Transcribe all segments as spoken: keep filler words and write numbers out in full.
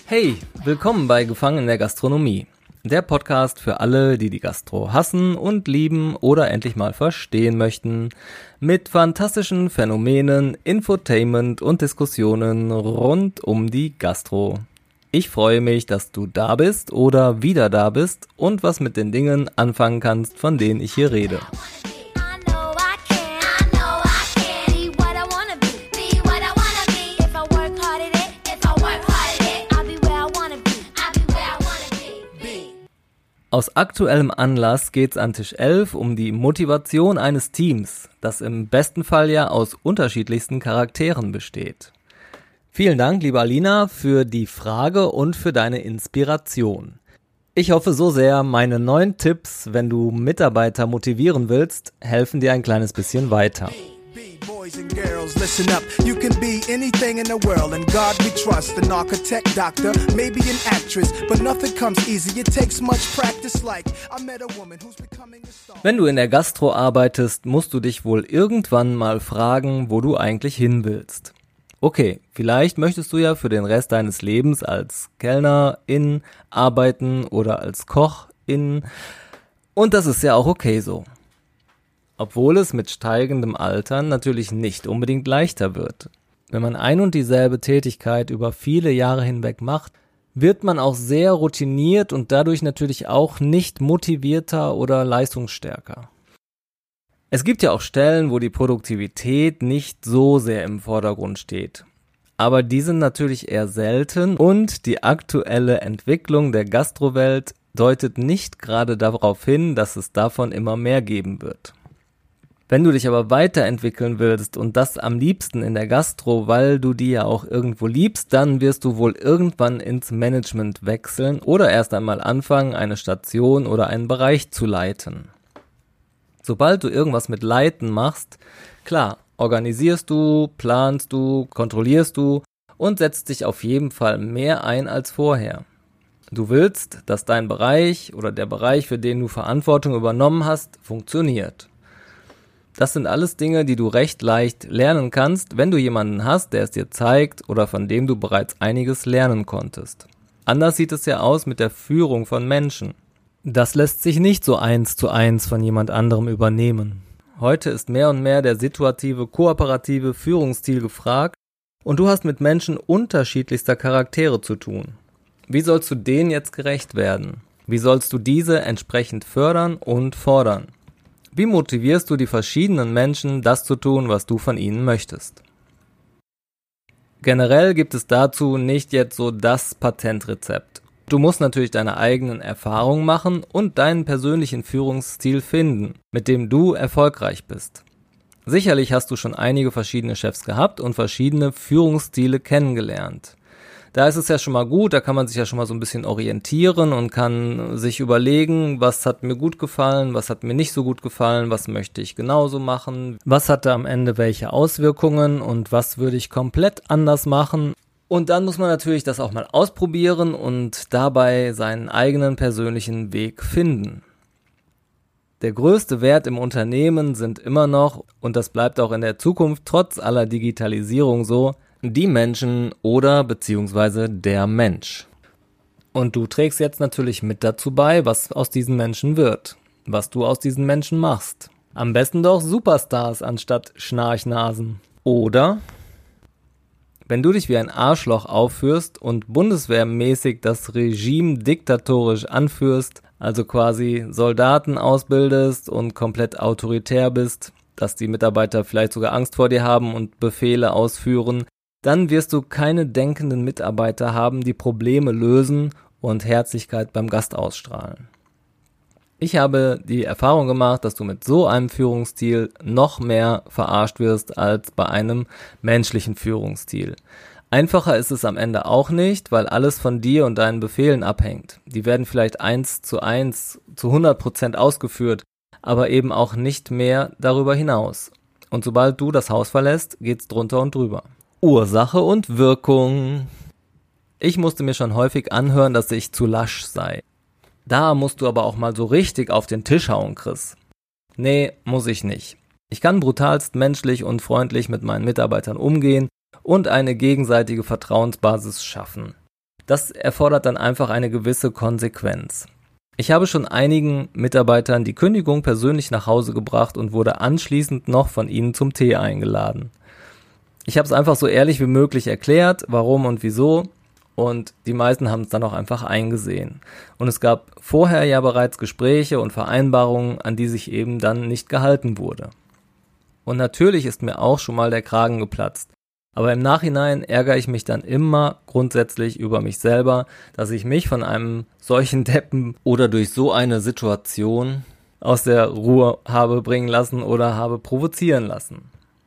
Hey, willkommen bei Gefangen in der Gastronomie. Der Podcast für alle, die die Gastro hassen und lieben oder endlich mal verstehen möchten. Mit fantastischen Phänomenen, Infotainment und Diskussionen rund um die Gastro. Ich freue mich, dass du da bist oder wieder da bist und was mit den Dingen anfangen kannst, von denen ich hier rede. Aus aktuellem Anlass geht's an Tisch elf um die Motivation eines Teams, das im besten Fall ja aus unterschiedlichsten Charakteren besteht. Vielen Dank, liebe Alina, für die Frage und für deine Inspiration. Ich hoffe so sehr, meine neuen Tipps, wenn du Mitarbeiter motivieren willst, helfen dir ein kleines bisschen weiter. Boys and girls, listen up. You can be anything in the world, and God we trust. An architect, doctor, maybe an actress, but nothing comes easy. It takes much practice. Like I met a woman who's becoming a star. Wenn du in der Gastro arbeitest, musst du dich wohl irgendwann mal fragen, wo du eigentlich hin willst. Okay, vielleicht möchtest du ja für den Rest deines Lebens als Kellnerin arbeiten oder als Kochin, und das ist ja auch okay so. Obwohl es mit steigendem Alter natürlich nicht unbedingt leichter wird. Wenn man ein und dieselbe Tätigkeit über viele Jahre hinweg macht, wird man auch sehr routiniert und dadurch natürlich auch nicht motivierter oder leistungsstärker. Es gibt ja auch Stellen, wo die Produktivität nicht so sehr im Vordergrund steht. Aber die sind natürlich eher selten und die aktuelle Entwicklung der Gastrowelt deutet nicht gerade darauf hin, dass es davon immer mehr geben wird. Wenn du dich aber weiterentwickeln willst und das am liebsten in der Gastro, weil du die ja auch irgendwo liebst, dann wirst du wohl irgendwann ins Management wechseln oder erst einmal anfangen, eine Station oder einen Bereich zu leiten. Sobald du irgendwas mit Leiten machst, klar, organisierst du, planst du, kontrollierst du und setzt dich auf jeden Fall mehr ein als vorher. Du willst, dass dein Bereich oder der Bereich, für den du Verantwortung übernommen hast, funktioniert. Das sind alles Dinge, die du recht leicht lernen kannst, wenn du jemanden hast, der es dir zeigt oder von dem du bereits einiges lernen konntest. Anders sieht es ja aus mit der Führung von Menschen. Das lässt sich nicht so eins zu eins von jemand anderem übernehmen. Heute ist mehr und mehr der situative, kooperative Führungsstil gefragt und du hast mit Menschen unterschiedlichster Charaktere zu tun. Wie sollst du denen jetzt gerecht werden? Wie sollst du diese entsprechend fördern und fordern? Wie motivierst du die verschiedenen Menschen, das zu tun, was du von ihnen möchtest? Generell gibt es dazu nicht jetzt so das Patentrezept. Du musst natürlich deine eigenen Erfahrungen machen und deinen persönlichen Führungsstil finden, mit dem du erfolgreich bist. Sicherlich hast du schon einige verschiedene Chefs gehabt und verschiedene Führungsstile kennengelernt. Da ist es ja schon mal gut, da kann man sich ja schon mal so ein bisschen orientieren und kann sich überlegen, was hat mir gut gefallen, was hat mir nicht so gut gefallen, was möchte ich genauso machen, was hatte am Ende welche Auswirkungen und was würde ich komplett anders machen. Und dann muss man natürlich das auch mal ausprobieren und dabei seinen eigenen persönlichen Weg finden. Der größte Wert im Unternehmen sind immer noch, und das bleibt auch in der Zukunft trotz aller Digitalisierung so, die Menschen oder beziehungsweise der Mensch. Und du trägst jetzt natürlich mit dazu bei, was aus diesen Menschen wird, was du aus diesen Menschen machst. Am besten doch Superstars anstatt Schnarchnasen. Oder wenn du dich wie ein Arschloch aufführst und bundeswehrmäßig das Regime diktatorisch anführst, also quasi Soldaten ausbildest und komplett autoritär bist, dass die Mitarbeiter vielleicht sogar Angst vor dir haben und Befehle ausführen, dann wirst du keine denkenden Mitarbeiter haben, die Probleme lösen und Herzlichkeit beim Gast ausstrahlen. Ich habe die Erfahrung gemacht, dass du mit so einem Führungsstil noch mehr verarscht wirst als bei einem menschlichen Führungsstil. Einfacher ist es am Ende auch nicht, weil alles von dir und deinen Befehlen abhängt. Die werden vielleicht eins zu eins zu hundert Prozent ausgeführt, aber eben auch nicht mehr darüber hinaus. Und sobald du das Haus verlässt, geht's drunter und drüber. Ursache und Wirkung. Ich musste mir schon häufig anhören, dass ich zu lasch sei. Da musst du aber auch mal so richtig auf den Tisch hauen, Chris. Nee, muss ich nicht. Ich kann brutalst menschlich und freundlich mit meinen Mitarbeitern umgehen und eine gegenseitige Vertrauensbasis schaffen. Das erfordert dann einfach eine gewisse Konsequenz. Ich habe schon einigen Mitarbeitern die Kündigung persönlich nach Hause gebracht und wurde anschließend noch von ihnen zum Tee eingeladen. Ich habe es einfach so ehrlich wie möglich erklärt, warum und wieso, und die meisten haben es dann auch einfach eingesehen. Und es gab vorher ja bereits Gespräche und Vereinbarungen, an die sich eben dann nicht gehalten wurde. Und natürlich ist mir auch schon mal der Kragen geplatzt. Aber im Nachhinein ärgere ich mich dann immer grundsätzlich über mich selber, dass ich mich von einem solchen Deppen oder durch so eine Situation aus der Ruhe habe bringen lassen oder habe provozieren lassen.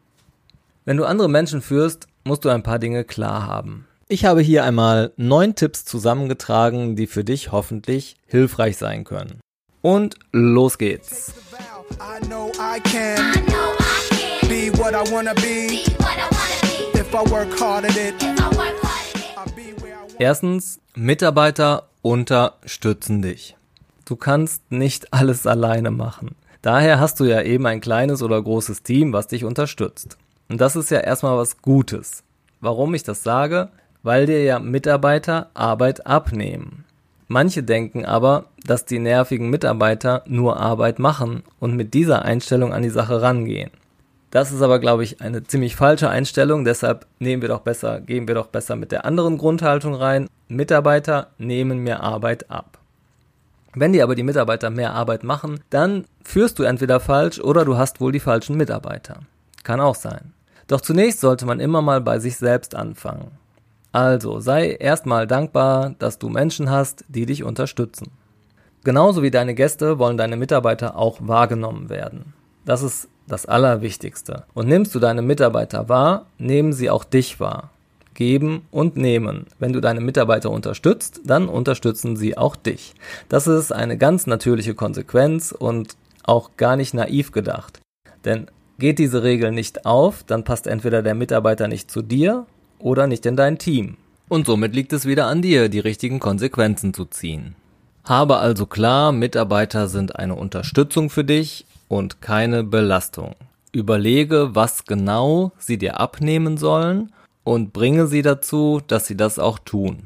Wenn du andere Menschen führst, musst du ein paar Dinge klar haben. Ich habe hier einmal neun Tipps zusammengetragen, die für dich hoffentlich hilfreich sein können. Und los geht's! I know I can, I know I can be what I wanna be, be what I wanna be. If I work hard at it, if I work hard at it. I'll be where I wanna. Erstens, Mitarbeiter unterstützen dich. Du kannst nicht alles alleine machen. Daher hast du ja eben ein kleines oder großes Team, was dich unterstützt. Und das ist ja erstmal was Gutes. Warum ich das sage? Weil dir ja Mitarbeiter Arbeit abnehmen. Manche denken aber, dass die nervigen Mitarbeiter nur Arbeit machen und mit dieser Einstellung an die Sache rangehen. Das ist aber, glaube ich, eine ziemlich falsche Einstellung, deshalb nehmen wir doch besser, gehen wir doch besser mit der anderen Grundhaltung rein. Mitarbeiter nehmen mir Arbeit ab. Wenn dir aber die Mitarbeiter mehr Arbeit machen, dann führst du entweder falsch oder du hast wohl die falschen Mitarbeiter. Kann auch sein. Doch zunächst sollte man immer mal bei sich selbst anfangen. Also sei erstmal dankbar, dass du Menschen hast, die dich unterstützen. Genauso wie deine Gäste wollen deine Mitarbeiter auch wahrgenommen werden. Das ist das Allerwichtigste. Und nimmst du deine Mitarbeiter wahr, nehmen sie auch dich wahr. Geben und nehmen. Wenn du deine Mitarbeiter unterstützt, dann unterstützen sie auch dich. Das ist eine ganz natürliche Konsequenz und auch gar nicht naiv gedacht. Denn geht diese Regel nicht auf, dann passt entweder der Mitarbeiter nicht zu dir oder nicht in dein Team. Und somit liegt es wieder an dir, die richtigen Konsequenzen zu ziehen. Habe also klar, Mitarbeiter sind eine Unterstützung für dich und keine Belastung. Überlege, was genau sie dir abnehmen sollen und bringe sie dazu, dass sie das auch tun.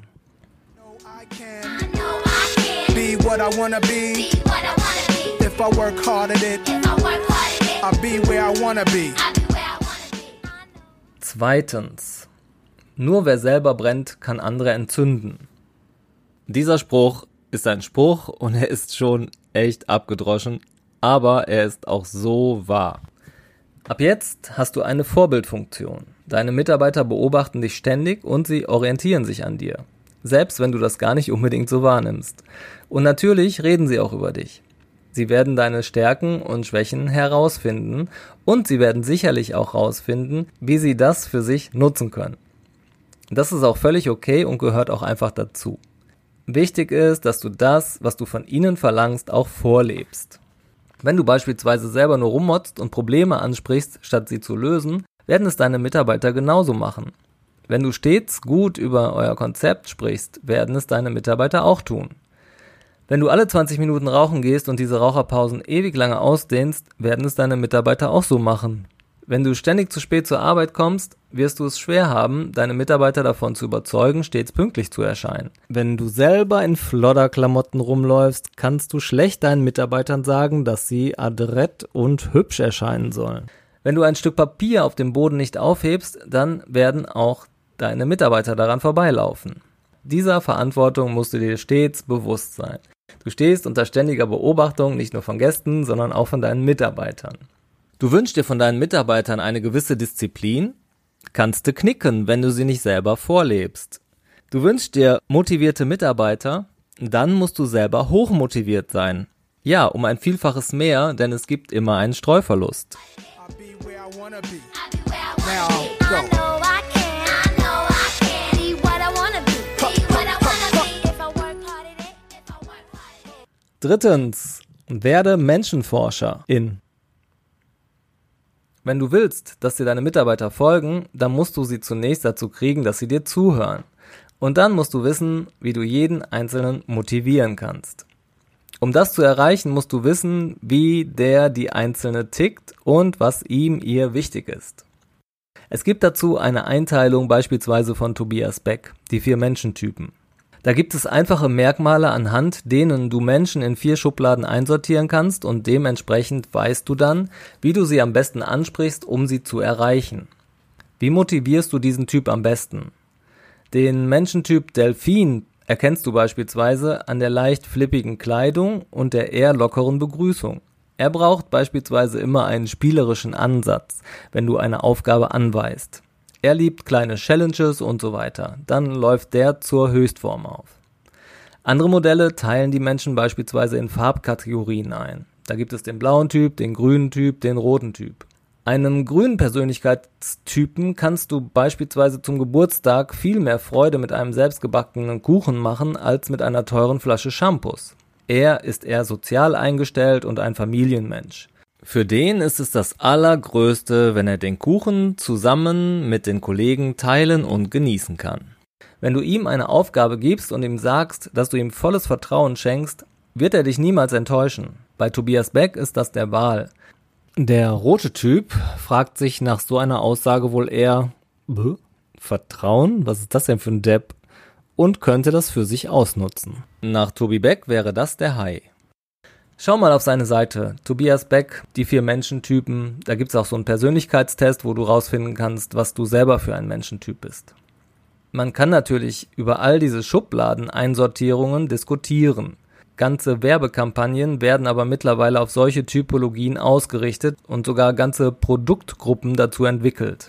I know I can be what I wanna be, be what I wanna be. If I work hard at it, if I work hard at it. I'll be where I wanna be. I'll be where I wanna be. Zweitens. Nur wer selber brennt, kann andere entzünden. Dieser Spruch ist ein Spruch und er ist schon echt abgedroschen, aber er ist auch so wahr. Ab jetzt hast du eine Vorbildfunktion. Deine Mitarbeiter beobachten dich ständig und sie orientieren sich an dir. Selbst wenn du das gar nicht unbedingt so wahrnimmst. Und natürlich reden sie auch über dich. Sie werden deine Stärken und Schwächen herausfinden und sie werden sicherlich auch herausfinden, wie sie das für sich nutzen können. Das ist auch völlig okay und gehört auch einfach dazu. Wichtig ist, dass du das, was du von ihnen verlangst, auch vorlebst. Wenn du beispielsweise selber nur rummotzt und Probleme ansprichst, statt sie zu lösen, werden es deine Mitarbeiter genauso machen. Wenn du stets gut über euer Konzept sprichst, werden es deine Mitarbeiter auch tun. Wenn du alle zwanzig Minuten rauchen gehst und diese Raucherpausen ewig lange ausdehnst, werden es deine Mitarbeiter auch so machen. Wenn du ständig zu spät zur Arbeit kommst, wirst du es schwer haben, deine Mitarbeiter davon zu überzeugen, stets pünktlich zu erscheinen. Wenn du selber in Flodderklamotten rumläufst, kannst du schlecht deinen Mitarbeitern sagen, dass sie adrett und hübsch erscheinen sollen. Wenn du ein Stück Papier auf dem Boden nicht aufhebst, dann werden auch deine Mitarbeiter daran vorbeilaufen. Dieser Verantwortung musst du dir stets bewusst sein. Du stehst unter ständiger Beobachtung, nicht nur von Gästen, sondern auch von deinen Mitarbeitern. Du wünschst dir von deinen Mitarbeitern eine gewisse Disziplin, kannst du knicken, wenn du sie nicht selber vorlebst. Du wünschst dir motivierte Mitarbeiter, dann musst du selber hochmotiviert sein. Ja, um ein Vielfaches mehr, denn es gibt immer einen Streuverlust. I'll be where I wanna be. I'll be where I Now, wanna be. go. I know I can. I know I can be what I wanna be. Be what I wanna be. If I work hard at it. If I work hard at it. Drittens, werde Menschenforscherin. Wenn du willst, dass dir deine Mitarbeiter folgen, dann musst du sie zunächst dazu kriegen, dass sie dir zuhören. Und dann musst du wissen, wie du jeden Einzelnen motivieren kannst. Um das zu erreichen, musst du wissen, wie der die Einzelne tickt und was ihm ihr wichtig ist. Es gibt dazu eine Einteilung beispielsweise von Tobias Beck, die vier Menschentypen. Da gibt es einfache Merkmale, anhand denen du Menschen in vier Schubladen einsortieren kannst und dementsprechend weißt du dann, wie du sie am besten ansprichst, um sie zu erreichen. Wie motivierst du diesen Typ am besten? Den Menschentyp Delfin erkennst du beispielsweise an der leicht flippigen Kleidung und der eher lockeren Begrüßung. Er braucht beispielsweise immer einen spielerischen Ansatz, wenn du eine Aufgabe anweist. Er liebt kleine Challenges und so weiter. Dann läuft der zur Höchstform auf. Andere Modelle teilen die Menschen beispielsweise in Farbkategorien ein. Da gibt es den blauen Typ, den grünen Typ, den roten Typ. Einem grünen Persönlichkeitstypen kannst du beispielsweise zum Geburtstag viel mehr Freude mit einem selbstgebackenen Kuchen machen, als mit einer teuren Flasche Shampoos. Er ist eher sozial eingestellt und ein Familienmensch. Für den ist es das Allergrößte, wenn er den Kuchen zusammen mit den Kollegen teilen und genießen kann. Wenn du ihm eine Aufgabe gibst und ihm sagst, dass du ihm volles Vertrauen schenkst, wird er dich niemals enttäuschen. Bei Tobias Beck ist das der Wal. Der rote Typ fragt sich nach so einer Aussage wohl eher, Bäh? Vertrauen? Was ist das denn für ein Depp? Und könnte das für sich ausnutzen. Nach Tobi Beck wäre das der Hai. Schau mal auf seine Seite, Tobias Beck, die vier Menschentypen, da gibt's auch so einen Persönlichkeitstest, wo du rausfinden kannst, was du selber für ein Menschentyp bist. Man kann natürlich über all diese Schubladen-Einsortierungen diskutieren. Ganze Werbekampagnen werden aber mittlerweile auf solche Typologien ausgerichtet und sogar ganze Produktgruppen dazu entwickelt.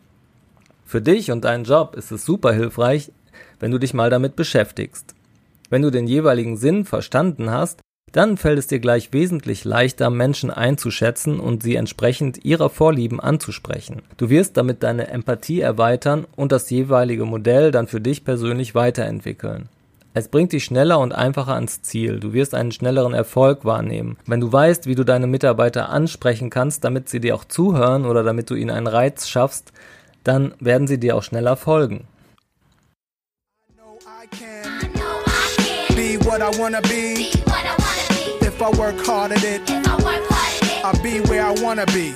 Für dich und deinen Job ist es super hilfreich, wenn du dich mal damit beschäftigst. Wenn du den jeweiligen Sinn verstanden hast, dann fällt es dir gleich wesentlich leichter, Menschen einzuschätzen und sie entsprechend ihrer Vorlieben anzusprechen. Du wirst damit deine Empathie erweitern und das jeweilige Modell dann für dich persönlich weiterentwickeln. Es bringt dich schneller und einfacher ans Ziel. Du wirst einen schnelleren Erfolg wahrnehmen. Wenn du weißt, wie du deine Mitarbeiter ansprechen kannst, damit sie dir auch zuhören oder damit du ihnen einen Reiz schaffst, dann werden sie dir auch schneller folgen. Be what I wanna be. If I work hard at it, I'll be where I wanna be.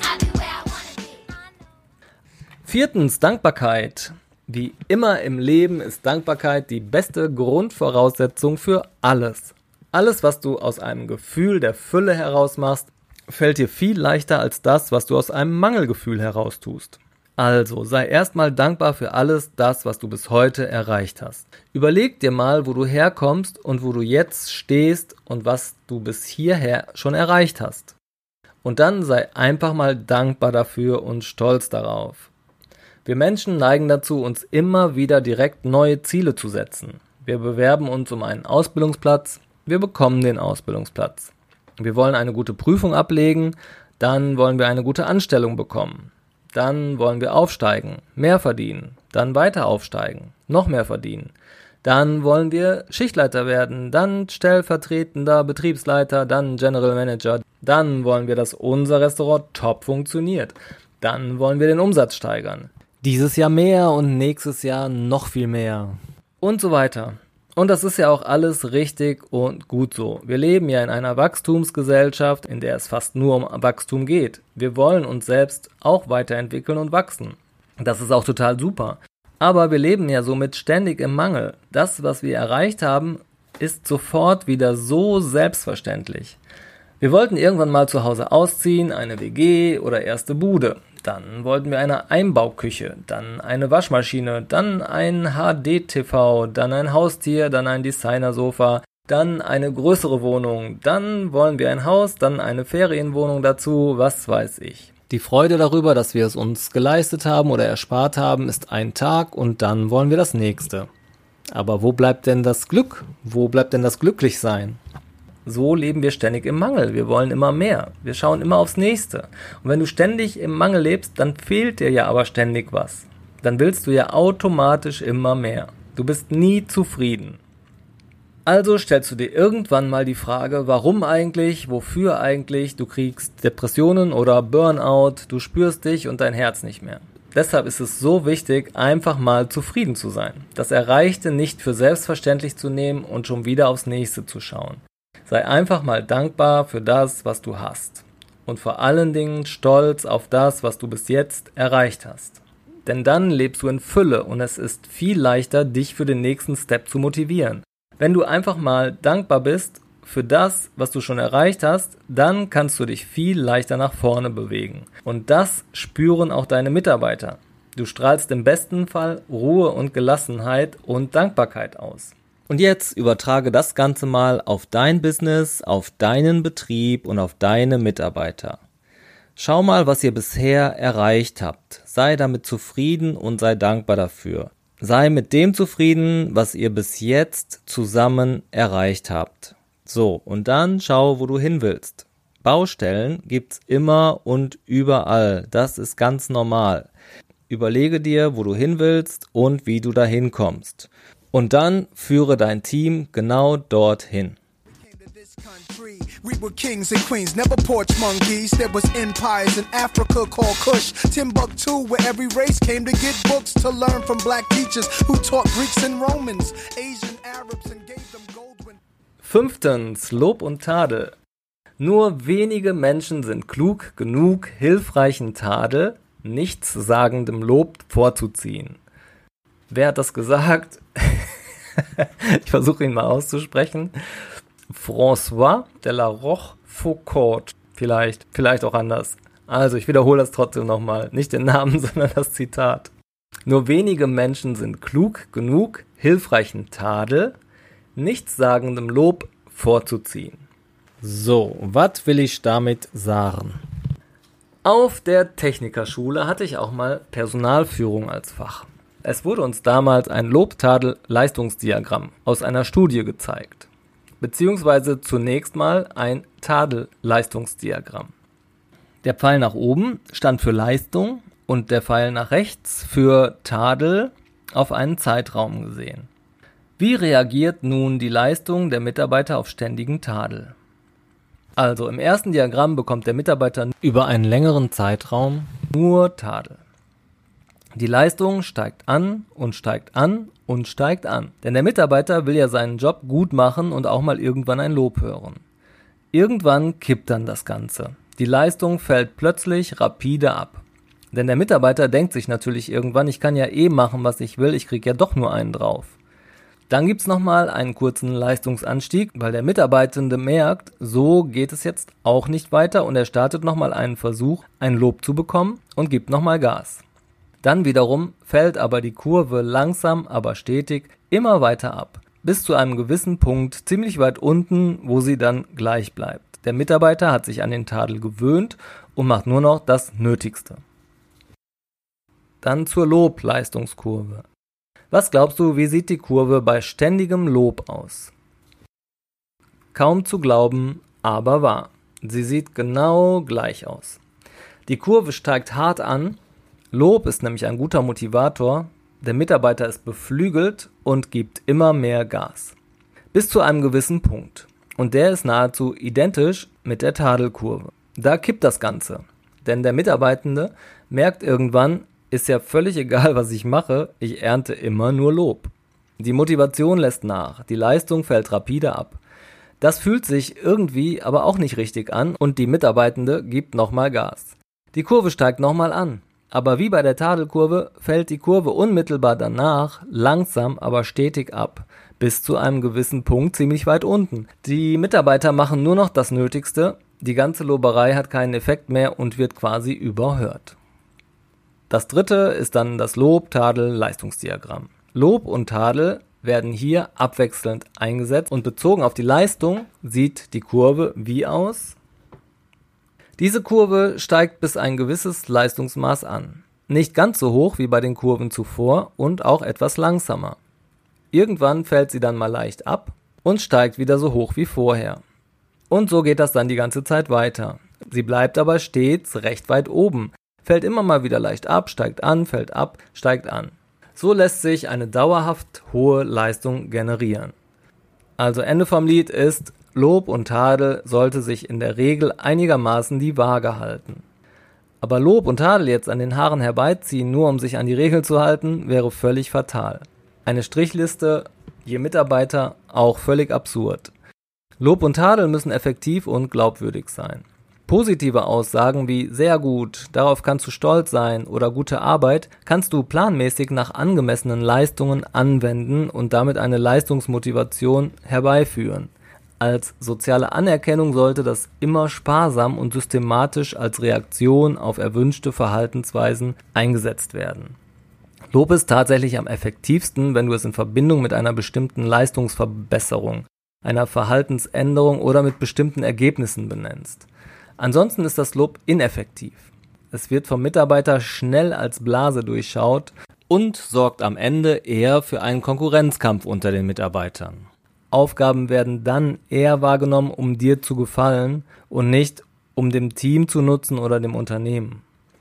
Viertens, Dankbarkeit. Wie immer im Leben ist Dankbarkeit die beste Grundvoraussetzung für alles. Alles, was du aus einem Gefühl der Fülle heraus machst, fällt dir viel leichter als das, was du aus einem Mangelgefühl heraus tust. Also, sei erstmal dankbar für alles das, was du bis heute erreicht hast. Überleg dir mal, wo du herkommst und wo du jetzt stehst und was du bis hierher schon erreicht hast. Und dann sei einfach mal dankbar dafür und stolz darauf. Wir Menschen neigen dazu, uns immer wieder direkt neue Ziele zu setzen. Wir bewerben uns um einen Ausbildungsplatz, wir bekommen den Ausbildungsplatz. Wir wollen eine gute Prüfung ablegen, dann wollen wir eine gute Anstellung bekommen. Dann wollen wir aufsteigen, mehr verdienen, dann weiter aufsteigen, noch mehr verdienen. Dann wollen wir Schichtleiter werden, dann stellvertretender Betriebsleiter, dann General Manager. Dann wollen wir, dass unser Restaurant top funktioniert. Dann wollen wir den Umsatz steigern. Dieses Jahr mehr und nächstes Jahr noch viel mehr. Und so weiter. Und das ist ja auch alles richtig und gut so. Wir leben ja in einer Wachstumsgesellschaft, in der es fast nur um Wachstum geht. Wir wollen uns selbst auch weiterentwickeln und wachsen. Das ist auch total super. Aber wir leben ja somit ständig im Mangel. Das, was wir erreicht haben, ist sofort wieder so selbstverständlich. Wir wollten irgendwann mal zu Hause ausziehen, eine W G oder erste Bude. Dann wollten wir eine Einbauküche, dann eine Waschmaschine, dann ein H D-T V, dann ein Haustier, dann ein Designersofa, dann eine größere Wohnung, dann wollen wir ein Haus, dann eine Ferienwohnung dazu, was weiß ich. Die Freude darüber, dass wir es uns geleistet haben oder erspart haben, ist ein Tag und dann wollen wir das nächste. Aber wo bleibt denn das Glück? Wo bleibt denn das Glücklichsein? So leben wir ständig im Mangel. Wir wollen immer mehr. Wir schauen immer aufs Nächste. Und wenn du ständig im Mangel lebst, dann fehlt dir ja aber ständig was. Dann willst du ja automatisch immer mehr. Du bist nie zufrieden. Also stellst du dir irgendwann mal die Frage, warum eigentlich, wofür eigentlich, du kriegst Depressionen oder Burnout, du spürst dich und dein Herz nicht mehr. Deshalb ist es so wichtig, einfach mal zufrieden zu sein. Das Erreichte nicht für selbstverständlich zu nehmen und schon wieder aufs Nächste zu schauen. Sei einfach mal dankbar für das, was du hast. Und vor allen Dingen stolz auf das, was du bis jetzt erreicht hast. Denn dann lebst du in Fülle und es ist viel leichter, dich für den nächsten Step zu motivieren. Wenn du einfach mal dankbar bist für das, was du schon erreicht hast, dann kannst du dich viel leichter nach vorne bewegen. Und das spüren auch deine Mitarbeiter. Du strahlst im besten Fall Ruhe und Gelassenheit und Dankbarkeit aus. Und jetzt übertrage das Ganze mal auf dein Business, auf deinen Betrieb und auf deine Mitarbeiter. Schau mal, was ihr bisher erreicht habt. Sei damit zufrieden und sei dankbar dafür. Sei mit dem zufrieden, was ihr bis jetzt zusammen erreicht habt. So, und dann schau, wo du hin willst. Baustellen gibt's immer und überall. Das ist ganz normal. Überlege dir, wo du hin willst und wie du dahin kommst. Und dann führe dein Team genau dorthin. We were kings and queens, never porch monkeys. There was empires in Africa called Kush, Timbuktu, where every race came to get books to learn from black teachers who taught Greeks and Romans, Asian Arabs and gave them gold when... Fünftens, Lob und Tadel. Nur wenige Menschen sind klug genug, hilfreichen Tadel, nichtssagendem Lob vorzuziehen. Wer hat das gesagt? Ich versuche ihn mal auszusprechen. François de la Rochefoucauld. Vielleicht, vielleicht auch anders. Also ich wiederhole das trotzdem nochmal. Nicht den Namen, sondern das Zitat. Nur wenige Menschen sind klug genug, hilfreichen Tadel, nichtssagendem Lob vorzuziehen. So, was will ich damit sagen? Auf der Technikerschule hatte ich auch mal Personalführung als Fach. Es wurde uns damals ein Lob-Tadel-Leistungsdiagramm aus einer Studie gezeigt. Beziehungsweise zunächst mal ein Tadel-Leistungsdiagramm. Der Pfeil nach oben stand für Leistung und der Pfeil nach rechts für Tadel auf einen Zeitraum gesehen. Wie reagiert nun die Leistung der Mitarbeiter auf ständigen Tadel? Also im ersten Diagramm bekommt der Mitarbeiter über einen längeren Zeitraum nur Tadel. Die Leistung steigt an und steigt an und steigt an. Denn der Mitarbeiter will ja seinen Job gut machen und auch mal irgendwann ein Lob hören. Irgendwann kippt dann das Ganze. Die Leistung fällt plötzlich rapide ab. Denn der Mitarbeiter denkt sich natürlich irgendwann, ich kann ja eh machen, was ich will, ich krieg ja doch nur einen drauf. Dann gibt's nochmal einen kurzen Leistungsanstieg, weil der Mitarbeitende merkt, so geht es jetzt auch nicht weiter und er startet nochmal einen Versuch, ein Lob zu bekommen und gibt nochmal Gas. Dann wiederum fällt aber die Kurve langsam, aber stetig immer weiter ab, bis zu einem gewissen Punkt ziemlich weit unten, wo sie dann gleich bleibt. Der Mitarbeiter hat sich an den Tadel gewöhnt und macht nur noch das Nötigste. Dann zur Lob-Leistungskurve. Was glaubst du, wie sieht die Kurve bei ständigem Lob aus? Kaum zu glauben, aber wahr. Sie sieht genau gleich aus. Die Kurve steigt hart an. Lob ist nämlich ein guter Motivator. Der Mitarbeiter ist beflügelt und gibt immer mehr Gas. Bis zu einem gewissen Punkt. Und der ist nahezu identisch mit der Tadelkurve. Da kippt das Ganze. Denn der Mitarbeitende merkt irgendwann, ist ja völlig egal, was ich mache, ich ernte immer nur Lob. Die Motivation lässt nach, die Leistung fällt rapide ab. Das fühlt sich irgendwie aber auch nicht richtig an und die Mitarbeitende gibt nochmal Gas. Die Kurve steigt nochmal an. Aber wie bei der Tadelkurve fällt die Kurve unmittelbar danach langsam, aber stetig ab, bis zu einem gewissen Punkt ziemlich weit unten. Die Mitarbeiter machen nur noch das Nötigste, die ganze Loberei hat keinen Effekt mehr und wird quasi überhört. Das dritte ist dann das Lob-Tadel-Leistungsdiagramm. Lob und Tadel werden hier abwechselnd eingesetzt und bezogen auf die Leistung sieht die Kurve wie aus? Diese Kurve steigt bis ein gewisses Leistungsmaß an. Nicht ganz so hoch wie bei den Kurven zuvor und auch etwas langsamer. Irgendwann fällt sie dann mal leicht ab und steigt wieder so hoch wie vorher. Und so geht das dann die ganze Zeit weiter. Sie bleibt aber stets recht weit oben, fällt immer mal wieder leicht ab, steigt an, fällt ab, steigt an. So lässt sich eine dauerhaft hohe Leistung generieren. Also Ende vom Lied ist, Lob und Tadel sollte sich in der Regel einigermaßen die Waage halten. Aber Lob und Tadel jetzt an den Haaren herbeiziehen, nur um sich an die Regel zu halten, wäre völlig fatal. Eine Strichliste, je Mitarbeiter, auch völlig absurd. Lob und Tadel müssen effektiv und glaubwürdig sein. Positive Aussagen wie sehr gut, darauf kannst du stolz sein oder gute Arbeit kannst du planmäßig nach angemessenen Leistungen anwenden und damit eine Leistungsmotivation herbeiführen. Als soziale Anerkennung sollte das immer sparsam und systematisch als Reaktion auf erwünschte Verhaltensweisen eingesetzt werden. Lob ist tatsächlich am effektivsten, wenn du es in Verbindung mit einer bestimmten Leistungsverbesserung, einer Verhaltensänderung oder mit bestimmten Ergebnissen benennst. Ansonsten ist das Lob ineffektiv. Es wird vom Mitarbeiter schnell als Blase durchschaut und sorgt am Ende eher für einen Konkurrenzkampf unter den Mitarbeitern. Aufgaben werden dann eher wahrgenommen, um dir zu gefallen und nicht, um dem Team zu nutzen oder dem Unternehmen.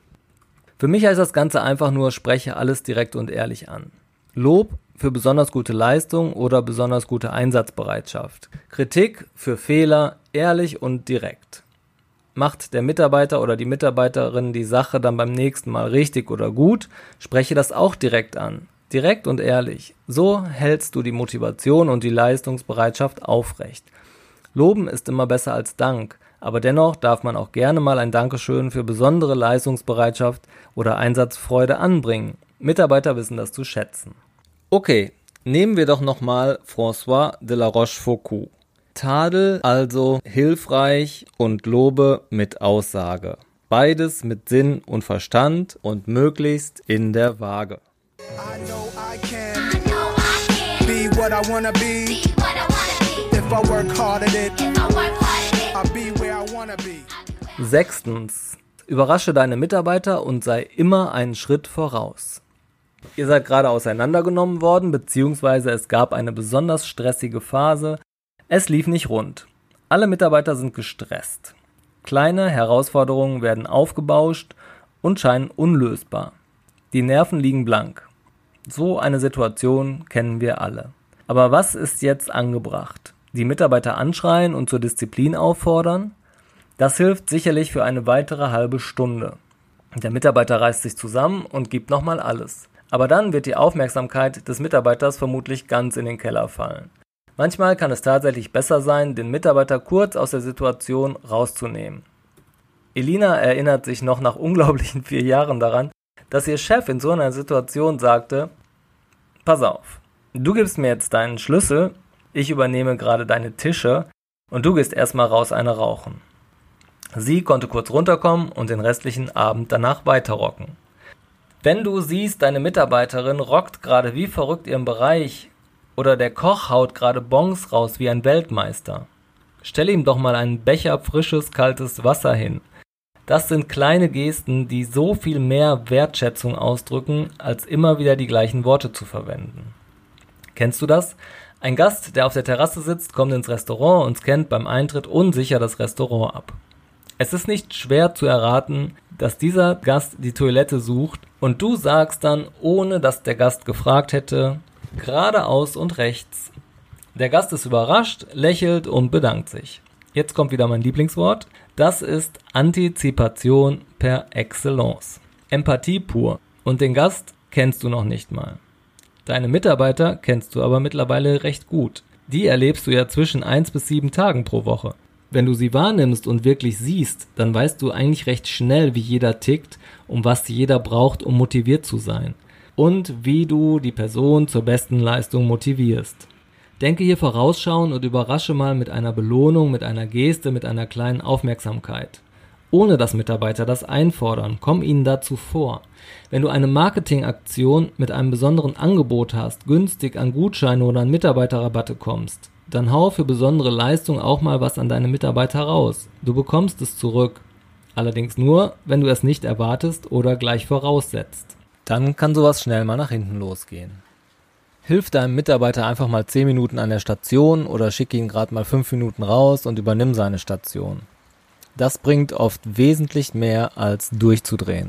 Für mich heißt das Ganze einfach nur, spreche alles direkt und ehrlich an. Lob für besonders gute Leistung oder besonders gute Einsatzbereitschaft. Kritik für Fehler, ehrlich und direkt. Macht der Mitarbeiter oder die Mitarbeiterin die Sache dann beim nächsten Mal richtig oder gut, spreche das auch direkt an. Direkt und ehrlich. So hältst du die Motivation und die Leistungsbereitschaft aufrecht. Loben ist immer besser als Dank, aber dennoch darf man auch gerne mal ein Dankeschön für besondere Leistungsbereitschaft oder Einsatzfreude anbringen. Mitarbeiter wissen das zu schätzen. Okay, nehmen wir doch nochmal François de la Rochefoucauld. Tadel also hilfreich und lobe mit Aussage. Beides mit Sinn und Verstand und möglichst in der Waage. I know I can I know I can be what I wanna be. be what I wanna be. If I work hard at it, If I work hard at it, I'll be where I wanna be. Sechstens. Überrasche deine Mitarbeiter und sei immer einen Schritt voraus. Ihr seid gerade auseinandergenommen worden, beziehungsweise es gab eine besonders stressige Phase. Es lief nicht rund. Alle Mitarbeiter sind gestresst. Kleine Herausforderungen werden aufgebauscht und scheinen unlösbar. Die Nerven liegen blank. So eine Situation kennen wir alle. Aber was ist jetzt angebracht? Die Mitarbeiter anschreien und zur Disziplin auffordern? Das hilft sicherlich für eine weitere halbe Stunde. Der Mitarbeiter reißt sich zusammen und gibt nochmal alles. Aber dann wird die Aufmerksamkeit des Mitarbeiters vermutlich ganz in den Keller fallen. Manchmal kann es tatsächlich besser sein, den Mitarbeiter kurz aus der Situation rauszunehmen. Elina erinnert sich noch nach unglaublichen vier Jahren daran, dass ihr Chef in so einer Situation sagte: Pass auf, du gibst mir jetzt deinen Schlüssel, ich übernehme gerade deine Tische und du gehst erstmal raus eine rauchen. Sie konnte kurz runterkommen und den restlichen Abend danach weiterrocken. Wenn du siehst, deine Mitarbeiterin rockt gerade wie verrückt ihren Bereich oder der Koch haut gerade Bons raus wie ein Weltmeister, stell ihm doch mal einen Becher frisches, kaltes Wasser hin. Das sind kleine Gesten, die so viel mehr Wertschätzung ausdrücken, als immer wieder die gleichen Worte zu verwenden. Kennst du das? Ein Gast, der auf der Terrasse sitzt, kommt ins Restaurant und scannt beim Eintritt unsicher das Restaurant ab. Es ist nicht schwer zu erraten, dass dieser Gast die Toilette sucht und du sagst dann, ohne dass der Gast gefragt hätte, geradeaus und rechts. Der Gast ist überrascht, lächelt und bedankt sich. Jetzt kommt wieder mein Lieblingswort. Das ist Antizipation per excellence. Empathie pur. Und den Gast kennst du noch nicht mal. Deine Mitarbeiter kennst du aber mittlerweile recht gut. Die erlebst du ja zwischen eins bis sieben Tagen pro Woche. Wenn du sie wahrnimmst und wirklich siehst, dann weißt du eigentlich recht schnell, wie jeder tickt und was jeder braucht, um motiviert zu sein. Und wie du die Person zur besten Leistung motivierst. Denke hier vorausschauen und überrasche mal mit einer Belohnung, mit einer Geste, mit einer kleinen Aufmerksamkeit. Ohne dass Mitarbeiter das einfordern, komm ihnen dazu vor. Wenn du eine Marketingaktion mit einem besonderen Angebot hast, günstig an Gutscheine oder an Mitarbeiterrabatte kommst, dann hau für besondere Leistung auch mal was an deine Mitarbeiter raus. Du bekommst es zurück. Allerdings nur, wenn du es nicht erwartest oder gleich voraussetzt. Dann kann sowas schnell mal nach hinten losgehen. Hilf deinem Mitarbeiter einfach mal zehn Minuten an der Station oder schick ihn gerade mal fünf Minuten raus und übernimm seine Station. Das bringt oft wesentlich mehr als durchzudrehen.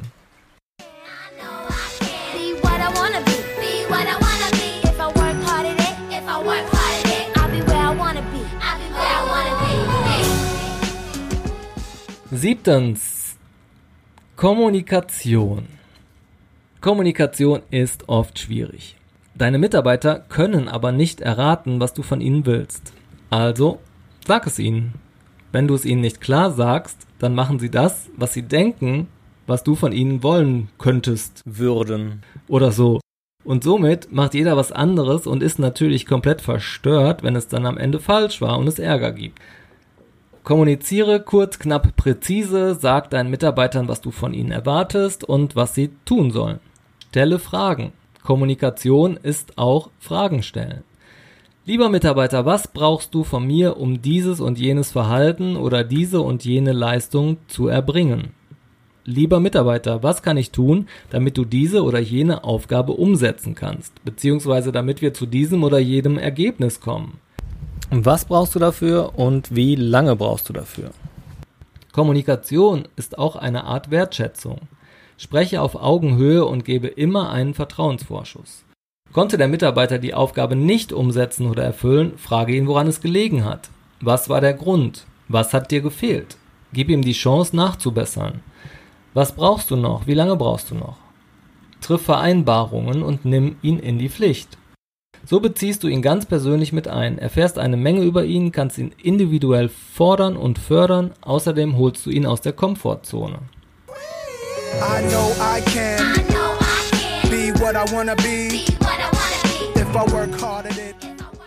Siebtens. Kommunikation. Kommunikation ist oft schwierig. Deine Mitarbeiter können aber nicht erraten, was du von ihnen willst. Also, sag es ihnen. Wenn du es ihnen nicht klar sagst, dann machen sie das, was sie denken, was du von ihnen wollen könntest, würden oder so. Und somit macht jeder was anderes und ist natürlich komplett verstört, wenn es dann am Ende falsch war und es Ärger gibt. Kommuniziere kurz, knapp, präzise, sag deinen Mitarbeitern, was du von ihnen erwartest und was sie tun sollen. Stelle Fragen. Kommunikation ist auch Fragen stellen. Lieber Mitarbeiter, was brauchst du von mir, um dieses und jenes Verhalten oder diese und jene Leistung zu erbringen? Lieber Mitarbeiter, was kann ich tun, damit du diese oder jene Aufgabe umsetzen kannst, beziehungsweise damit wir zu diesem oder jedem Ergebnis kommen? Was brauchst du dafür und wie lange brauchst du dafür? Kommunikation ist auch eine Art Wertschätzung. Spreche auf Augenhöhe und gebe immer einen Vertrauensvorschuss. Konnte der Mitarbeiter die Aufgabe nicht umsetzen oder erfüllen, frage ihn, woran es gelegen hat. Was war der Grund? Was hat dir gefehlt? Gib ihm die Chance nachzubessern. Was brauchst du noch? Wie lange brauchst du noch? Triff Vereinbarungen und nimm ihn in die Pflicht. So beziehst du ihn ganz persönlich mit ein, erfährst eine Menge über ihn, kannst ihn individuell fordern und fördern, außerdem holst du ihn aus der Komfortzone. I know I can I know I can be what I wanna be be what I wanna be. if I work hard at it.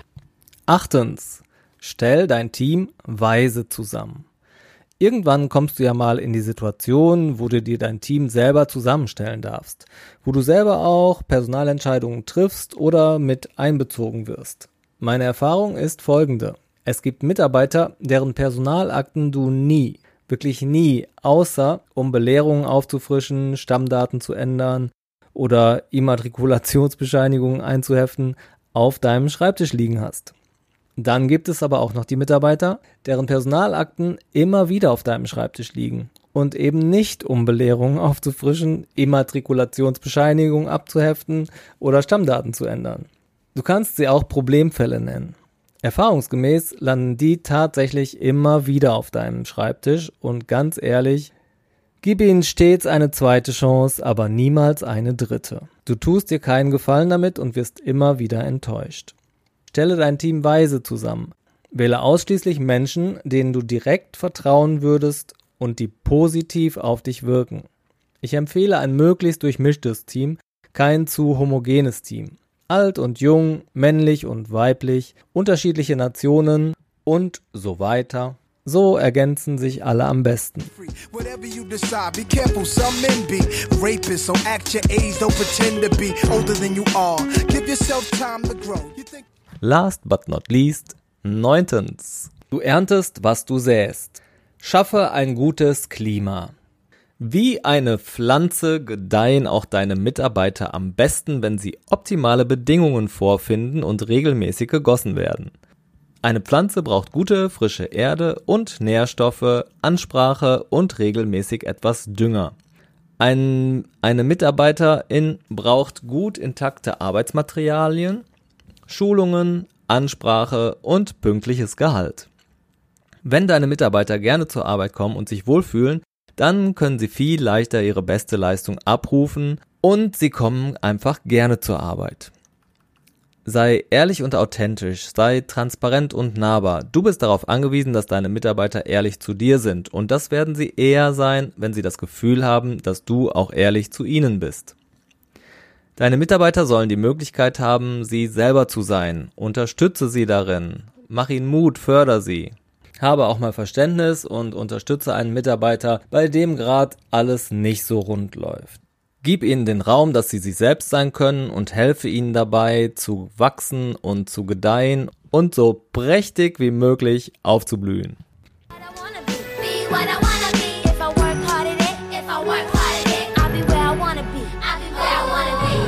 Achtens. Stell dein Team weise zusammen. Irgendwann kommst du ja mal in die Situation, wo du dir dein Team selber zusammenstellen darfst, wo du selber auch Personalentscheidungen triffst oder mit einbezogen wirst. Meine Erfahrung ist folgende. Es gibt Mitarbeiter, deren Personalakten du nie, wirklich nie, außer um Belehrungen aufzufrischen, Stammdaten zu ändern oder Immatrikulationsbescheinigungen einzuheften, auf deinem Schreibtisch liegen hast. Dann gibt es aber auch noch die Mitarbeiter, deren Personalakten immer wieder auf deinem Schreibtisch liegen und eben nicht, um Belehrungen aufzufrischen, Immatrikulationsbescheinigungen abzuheften oder Stammdaten zu ändern. Du kannst sie auch Problemfälle nennen. Erfahrungsgemäß landen die tatsächlich immer wieder auf deinem Schreibtisch und ganz ehrlich, gib ihnen stets eine zweite Chance, aber niemals eine dritte. Du tust dir keinen Gefallen damit und wirst immer wieder enttäuscht. Stelle dein Team weise zusammen. Wähle ausschließlich Menschen, denen du direkt vertrauen würdest und die positiv auf dich wirken. Ich empfehle ein möglichst durchmischtes Team, kein zu homogenes Team. Alt und jung, männlich und weiblich, unterschiedliche Nationen und so weiter. So ergänzen sich alle am besten. Whatever you decide, be careful, some men be rapists, so act your age, don't pretend to be older than you are. Give yourself time to grow. You think Last but not least, neuntens. Du erntest, was du säst. Schaffe ein gutes Klima. Wie eine Pflanze gedeihen auch deine Mitarbeiter am besten, wenn sie optimale Bedingungen vorfinden und regelmäßig gegossen werden. Eine Pflanze braucht gute, frische Erde und Nährstoffe, Ansprache und regelmäßig etwas Dünger. Ein, eine Mitarbeiterin braucht gut intakte Arbeitsmaterialien, Schulungen, Ansprache und pünktliches Gehalt. Wenn deine Mitarbeiter gerne zur Arbeit kommen und sich wohlfühlen, dann können sie viel leichter ihre beste Leistung abrufen und sie kommen einfach gerne zur Arbeit. Sei ehrlich und authentisch, sei transparent und nahbar. Du bist darauf angewiesen, dass deine Mitarbeiter ehrlich zu dir sind und das werden sie eher sein, wenn sie das Gefühl haben, dass du auch ehrlich zu ihnen bist. Deine Mitarbeiter sollen die Möglichkeit haben, sie selber zu sein. Unterstütze sie darin. Mach ihnen Mut, förder sie. Habe auch mal Verständnis und unterstütze einen Mitarbeiter, bei dem gerade alles nicht so rund läuft. Gib ihnen den Raum, dass sie sich selbst sein können und helfe ihnen dabei, zu wachsen und zu gedeihen und so prächtig wie möglich aufzublühen. What I wanna be, be what I wanna be. If I work hard at it, if I work hard at it, I'll be where I wanna be. I'll be where I wanna be.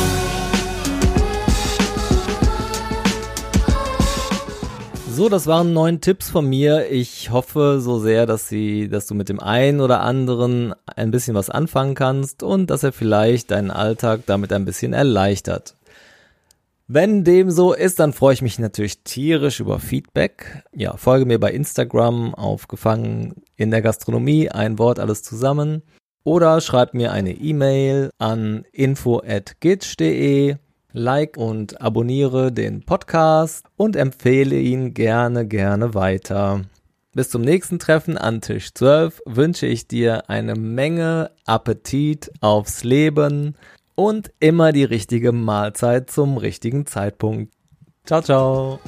So, das waren neun Tipps von mir. Ich hoffe so sehr, dass sie, dass du mit dem einen oder anderen ein bisschen was anfangen kannst und dass er vielleicht deinen Alltag damit ein bisschen erleichtert. Wenn dem so ist, dann freue ich mich natürlich tierisch über Feedback. Ja, folge mir bei Instagram auf Gefangen in der Gastronomie, ein Wort, alles zusammen. Oder schreib mir eine E-Mail an info at gitsch punkt de. Like und abonniere den Podcast und empfehle ihn gerne, gerne weiter. bis zum nächsten Treffen an Tisch zwölf wünsche ich dir eine Menge Appetit aufs Leben und immer die richtige Mahlzeit zum richtigen Zeitpunkt. Ciao, ciao.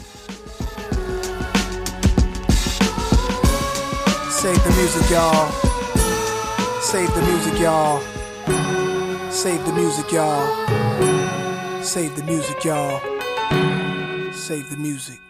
Save the music, y'all. Save the music, y'all. Save the music, y'all. Save the music, y'all. Save the music.